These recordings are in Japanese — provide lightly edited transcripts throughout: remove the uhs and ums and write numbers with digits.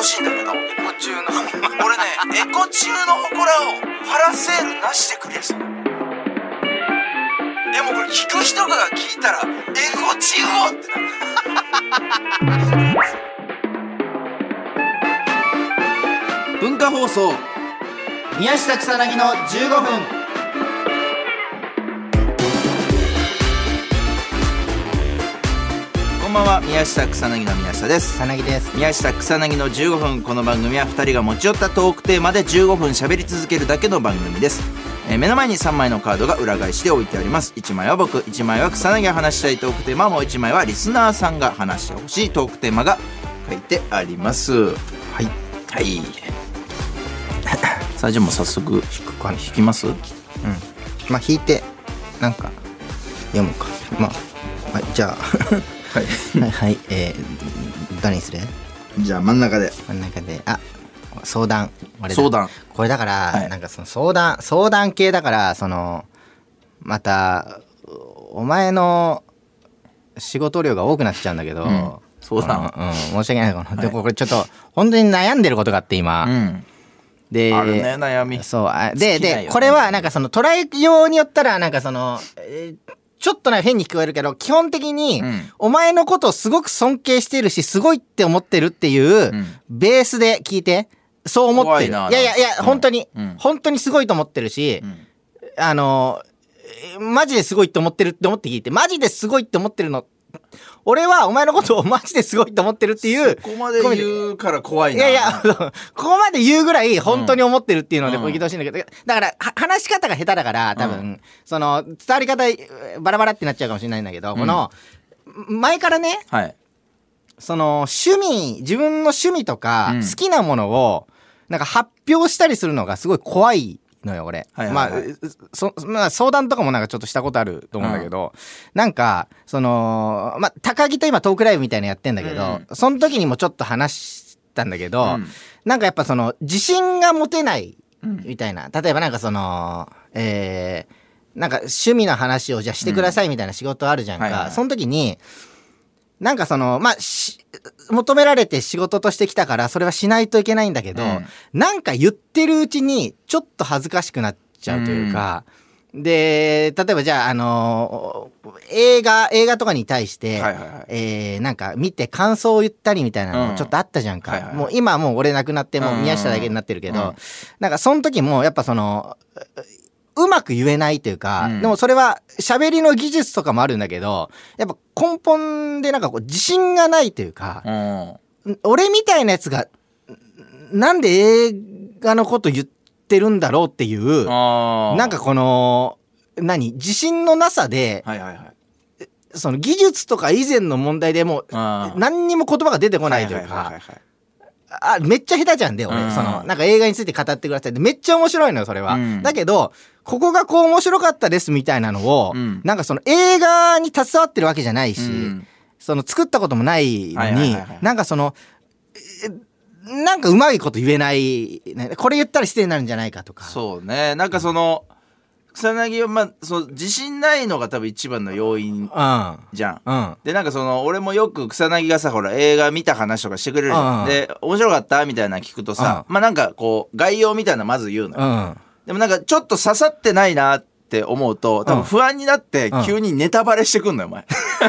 しいんだけど、エコ中の俺ね、エコ中の祠をパラセールなしでクリアしたの。いやもうこれ聞く人が聞いたらエコ中をってなる文化放送宮下草薙の15分。こんばんは、宮下草薙の宮下です。 草薙です。 宮下草薙の15分。この番組は2人が持ち寄ったトークテーマで15分喋り続けるだけの番組です。目の前に3枚のカードが裏返しで置いてあります。1枚は僕、1枚は草薙が話したいトークテーマ、もう1枚はリスナーさんが話してほしいトークテーマが書いてあります。はいはいさあ、じゃあもう早速引きます。 まあ引いてなんか読むか。まあ、はい、じゃあはいはい、誰にする？ じゃあ真ん中で。 相談。 相談。 これだから、はい、なんかその相談系だから、そのまたお前の仕事量が多くなっちゃうんだけど、 相談。 申し訳ない。でこれちょっと本当に悩んでることがあって今。であるね、悩み。 そうでこれはなんかその捉えようによったらなんかその、ちょっとなんか変に聞こえるけど、基本的にお前のことをすごく尊敬してるし、すごいって思ってるっていうベースで聞いて、そう思ってる。いや本当に、本当にすごいと思ってるし、マジですごいって思ってるって思って聞いて、マジですごいって思ってるの。俺はお前のことをマジですごいと思ってるっていう。 ここまで言うから怖いな。 ここまで言うぐらい本当に思ってるっていうので聞いてほしいんだけど、だから話し方が下手だから多分、その伝わり方バラバラってなっちゃうかもしれないんだけど、この前からね、その自分の趣味とか好きなものをなんか発表したりするのがすごい怖いのよ俺。まあ相談とかもなんかちょっとしたことあると思うんだけど、なんかその高木と今トークライブみたいなのやってんだけど、その時にもちょっと話したんだけど、なんかやっぱその自信が持てないみたいな、例えばなんかそのなんか趣味の話をじゃあしてくださいみたいな仕事あるじゃんか。その時になんかその求められて仕事としてきたからそれはしないといけないんだけど、なんか言ってるうちにちょっと恥ずかしくなっちゃうというか、で例えばじゃあ映画とかに対して、なんか見て感想を言ったりみたいなのちょっとあったじゃんか。もう今はもう俺亡くなってもう宮下だけになってるけど、なんかその時もやっぱそのうまく言えないというか、でもそれは喋りの技術とかもあるんだけど、やっぱ根本でなんかこう自信がないというか、俺みたいなやつがなんで映画のこと言ってるんだろうっていう、なんかこの自信のなさで、その技術とか以前の問題でもう何にも言葉が出てこないというか、めっちゃ下手じゃんで俺、そのなんか映画について語ってくださいってめっちゃ面白いのよそれは、だけどここがこう面白かったですみたいなのを、なんかその映画に携わってるわけじゃないし、その作ったこともないのに、なんかそのなんかうまいこと言えない、これ言ったら失礼になるんじゃないかとか。 そうね、なんかその草薙はそう自信ないのが多分一番の要因じゃん、でなんかその俺もよく草薙がさほら映画見た話とかしてくれるじゃん、で面白かったみたいなの聞くとさ、なんかこう概要みたいなまず言うのよ、でもなんかちょっと刺さってないなって思うと多分不安になって急にネタバレしてくんのよお前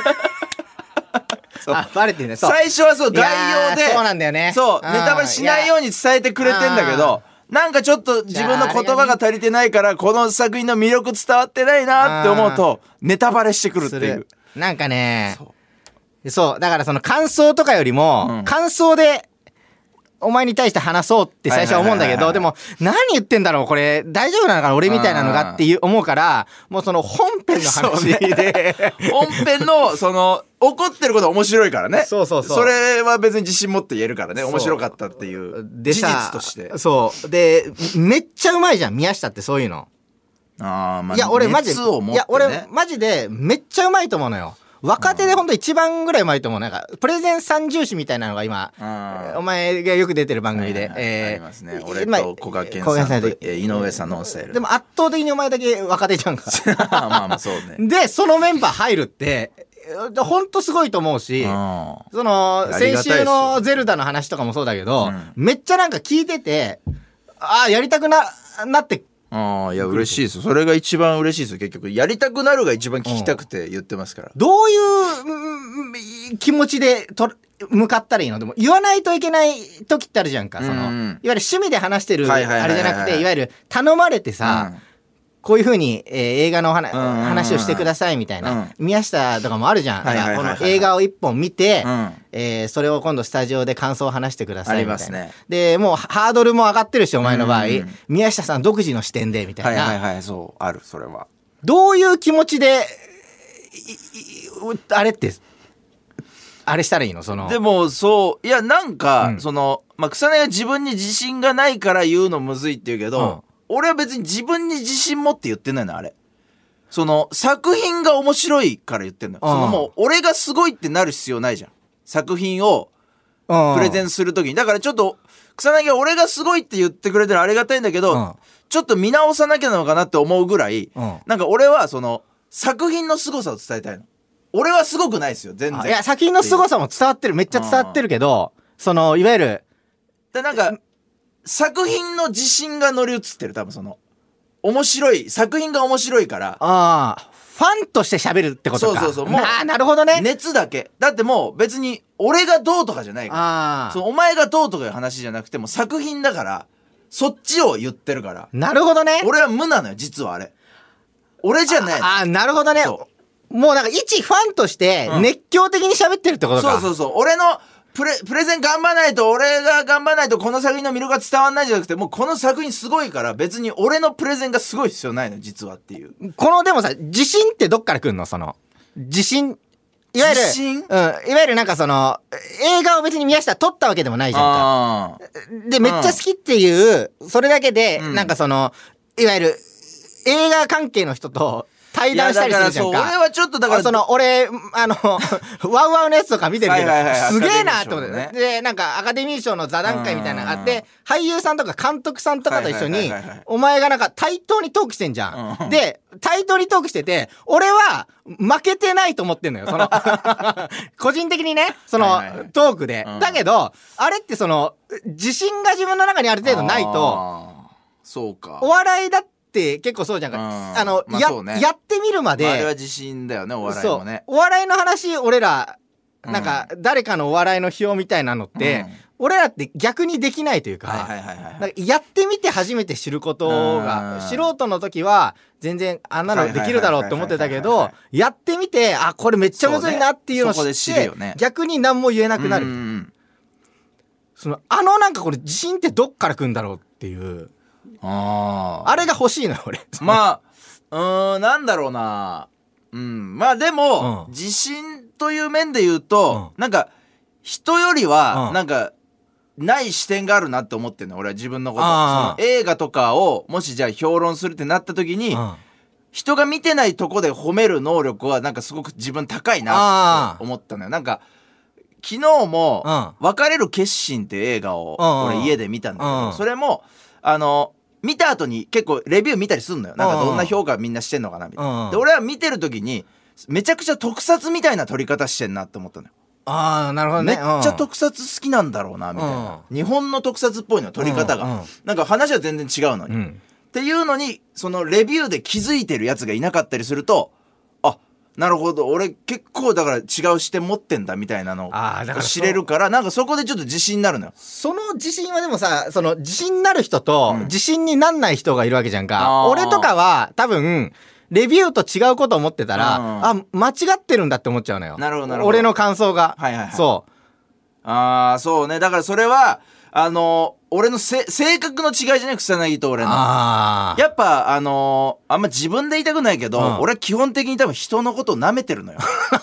バレてるね。 最初はそう概要でそうなんだよね。 そうネタバレしないように伝えてくれてんだけど、なんかちょっと自分の言葉が足りてないからこの作品の魅力伝わってないなって思うとネタバレしてくるっていう。 なんかね、そうだからその感想とかよりも、感想でお前に対して話そうって最初は思うんだけど、でも何言ってんだろうこれ大丈夫なのかな俺みたいなのがっていう思うから、もうその本編の話で、 本編のその怒ってることは面白いからね。それは別に自信持って言えるからね、面白かったっていう事実として。そうでめっちゃうまいじゃん宮下ってそういうの。いや俺マジで、俺マジでめっちゃうまいと思うのよ。若手でほんと一番ぐらいうまいと思う。なんかプレゼン三重視みたいなのが今お前がよく出てる番組で、 ありますね。俺と古賀健さんと井上さんのスタイルでも圧倒的にお前だけ若手じゃんかまあそうね。 でそのメンバー入るってほんとすごいと思うし、その先週のゼルダの話とかもそうだけど、めっちゃなんか聞いてて、やりたくなって。 いや嬉しいですよ。それが一番嬉しいですよ。結局やりたくなるが一番聞きたくて言ってますから。 どういう気持ちで向かったらいいの？でも言わないといけない時ってあるじゃんか。そのいわゆる趣味で話してるあれじゃなくて、いわゆる頼まれてさ、こういう風に、映画の話をしてくださいみたいな、宮下とかもあるじゃん。この映画を一本見て、それを今度スタジオで感想を話してくださいみたいな。でもうハードルも上がってるし、お前の場合、宮下さん独自の視点でみたいな。 そうある。それはどういう気持ちであれってあれしたらいいの？ でもいやなんか、草薙が自分に自信がないから言うのむずいって言うけど、俺は別に自分に自信持って言ってないのあれ。作品が面白いから言ってんのよ。もう俺がすごいってなる必要ないじゃん。作品をプレゼンするときに。だからちょっと草薙が俺がすごいって言ってくれてるありがたいんだけど、ちょっと見直さなきゃなのかなって思うぐらい、なんか俺は作品の凄さを伝えたいの。俺はすごくないですよ全然。 いや作品の凄さも伝わってる、めっちゃ伝わってるけど、いわゆるなんか作品の自信が乗り移ってる。多分面白い作品が面白いから。 ファンとして喋るってことか。 そうもうなるほどね。 熱だけだってもう別に俺がどうとかじゃないから、お前がどうとかいう話じゃなくても作品だから、そっちを言ってるから。 なるほどね。 俺は無なのよ実はあれ。俺じゃない。 なるほどね。もうなんか一ファンとして熱狂的に喋ってるってことか。 そう俺のプレゼン頑張らないと、俺が頑張らないとこの作品の魅力が伝わんないじゃなくて、もうこの作品すごいから別に俺のプレゼンがすごい必要ないの実はっていう。 でもさ、自信ってどっから来るの？自信、いわゆる自信、 いわゆるなんか映画を別に宮下撮ったわけでもないじゃんか。でめっちゃ好きっていうそれだけで、なんかいわゆる映画関係の人と対談したりするじゃんか。 俺はちょっとだから俺ワウワウのやつとか見てるけど、すげえなって思って、でなんかアカデミー賞の座談会みたいなのがあって、俳優さんとか監督さんとかと一緒にお前がなんか対等にトークしてんじゃん。で対等にトークしてて、俺は負けてないと思ってんのよ個人的にね、トークで。だけどあれって自信が自分の中にある程度ないと、 そうか、 お笑いだって結構そうじゃんか。やってみるまで、 あれは自信だよね、お笑いもね。 お笑いの話、俺らなんか誰かのお笑いの表みたいなのって、俺らって逆にできないというか、やってみて初めて知ることが、素人の時は全然あんなのできるだろうって思ってたけど、やってみてこれめっちゃむずいなっていうのを知って、逆に何も言えなくなる。なんかこれ自信ってどっからくんだろうっていう、あれが欲しいのよ俺。 なんだろうな。まあでも、自信という面で言うと、なんか人よりはなんかない視点があるなって思ってんの俺は自分のこと。映画とかをもしじゃあ評論するってなった時に、人が見てないとこで褒める能力はなんかすごく自分高いなって思ったのよ。なんか昨日も「別れる決心」っていう映画を俺家で見たんだけど、それも見た後に結構レビュー見たりすんのよ。なんかどんな評価みんなしてんのかなみたいな。で俺は見てる時にめちゃくちゃ特撮みたいな撮り方してんなって思ったのよ。 なるほどね。 めっちゃ特撮好きなんだろうなみたいな。日本の特撮っぽいの撮り方が、なんか話は全然違うのに、っていうのにレビューで気づいてるやつがいなかったりすると、なるほど、俺結構だから違う視点持ってんだみたいなのを知れるから、なんかそこでちょっと自信になるのよ。 その自信はでもさ、自信になる人と自信になんない人がいるわけじゃんか。俺とかは多分レビューと違うこと思ってたら、間違ってるんだって思っちゃうのよ。 なるほどなるほど。 俺の感想が。 そうね。だからそれは俺の性格の違いじゃない、草薙と俺の。やっぱあんま自分で言いたくないけど、俺は基本的に多分人のことを舐めてるのよ。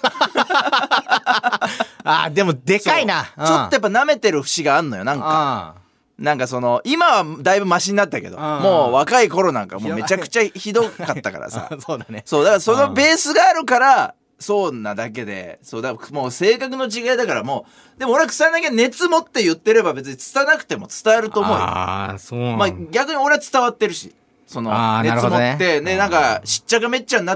でもでかいな。 ちょっとやっぱ舐めてる節があんのよ。なんか今はだいぶマシになったけど、もう若い頃なんかもうめちゃくちゃひどかったからさ。 そうだね。 そうだからそのベースがあるからそうなだけで、そうだ、もう性格の違いだから。もうでも俺は草薙が熱持って言ってれば別に伝わなくても伝わると思うよ。 そうまあ逆に俺は伝わってるし、熱持ってね、なんかしっちゃかめっちゃになっ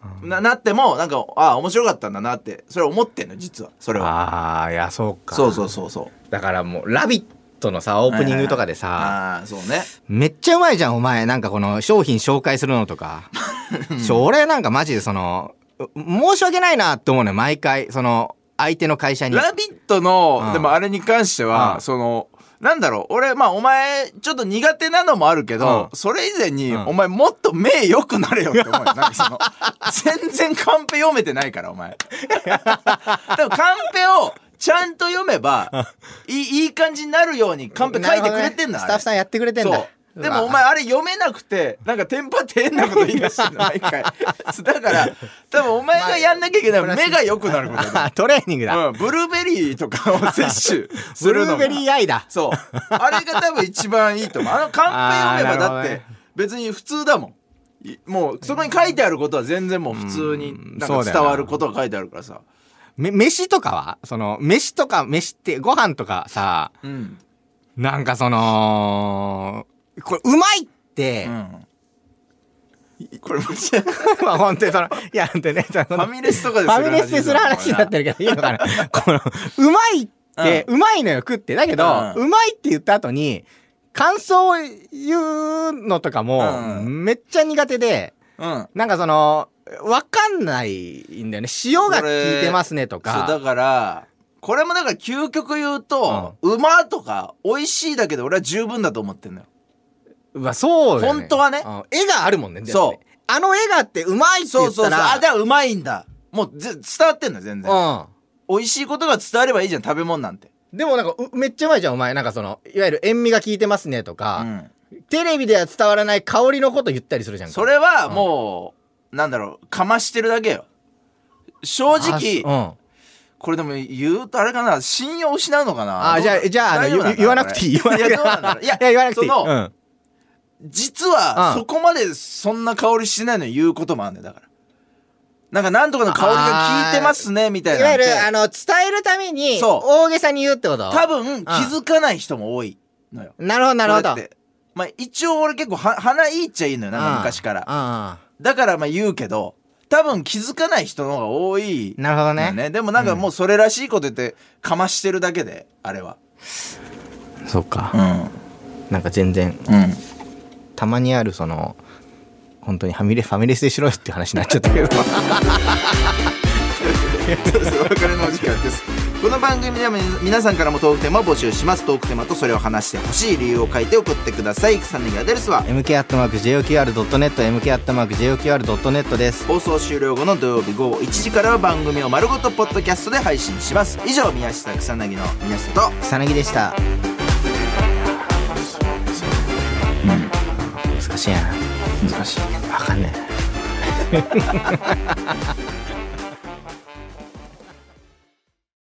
なってもなんか面白かったんだなってそれ思ってんの実はそれは。 いやそうか。 そうだからもうラビットのさオープニングとかでさ、 そうね、 めっちゃうまいじゃんお前。なんかこの商品紹介するのとか俺なんかマジでその申し訳ないなって思うね毎回その相手の会社に。 ラビットの、でもあれに関しては、そのなんだろう俺お前ちょっと苦手なのもあるけど、それ以前に、お前もっと目良くなれよって思うよ。なんかその全然カンペ読めてないからお前。でもカンペをちゃんと読めばいい感じになるようにカンペ書いてくれてんだ、 スタッフさんやってくれてんだ。 そうでもお前あれ読めなくてなんかテンパって変なこと言い出してんの毎回。だから多分お前がやんなきゃいけない目が良くなることだ。 トレーニングだ。 ブルーベリーとかを摂取するのがブルーベリーアイだ。 そうあれが多分一番いいと思う。カンペ読めばだって別に普通だもん。もうそこに書いてあることは全然もう普通になんか伝わることが書いてあるからさ。 飯とかはその飯ってご飯とかさ、なんかそのこれうまいって、 これマジで本当にそのいやでねファミレスとかでする話になってるけどいいのかなこのうまいって、うまいのよ食ってだけど、うまいって言った後に感想を言うのとかも、めっちゃ苦手で、なんかそのわかんないんだよね。塩が効いてますねとか。 そうだからこれもだから究極言うと、うまとか美味しいだけで俺は十分だと思ってんのよ。 そうだよね。 本当はね、 絵があるもんね。 そう。 あの絵があってうまいって言ったら、 だからうまいんだ。もう伝わってんの全然。美味しいことが伝わればいいじゃん食べ物なんて。 でもなんかめっちゃうまいじゃんお前。なんかそのいわゆる塩味が効いてますねとか、テレビでは伝わらない香りのこと言ったりするじゃんか。 それはもう、なんだろうかましてるだけよ。正直。これでも言うとあれかな信用失うのかな。 じゃあ言わなくていい。言わなくていい。いや言わなくていい。 実はそこまでそんな香りしてないのに言うこともあるんだよ。だからなんとかの香りが効いてますねみたいな。 いわゆる伝えるために大げさに言うってこと。 多分気づかない人も多いのよ。 なるほどなるほど。 まあ一応俺結構鼻いいっちゃいいのよなんか昔から。だからまあ言うけど多分気づかない人の方が多い。 なるほどね。 でもなんかもうそれらしいこと言ってかましてるだけであれは。 そうか。なんか全然。たまにあるその本当にファミレスでしろよっていう話になっちゃったけど。お別れのお時間です。この番組では皆さんからもトークテーマを募集します。トークテーマとそれを話してほしい理由を書いて送ってください。草薙アドレスは mk@joqr.net mk@joqr.net です。 放送終了後の土曜日午後1時からは番組を丸ごとポッドキャストで配信します。以上宮下草薙の宮下と草薙でした。難しいやな。 難しい。 わかんねえ。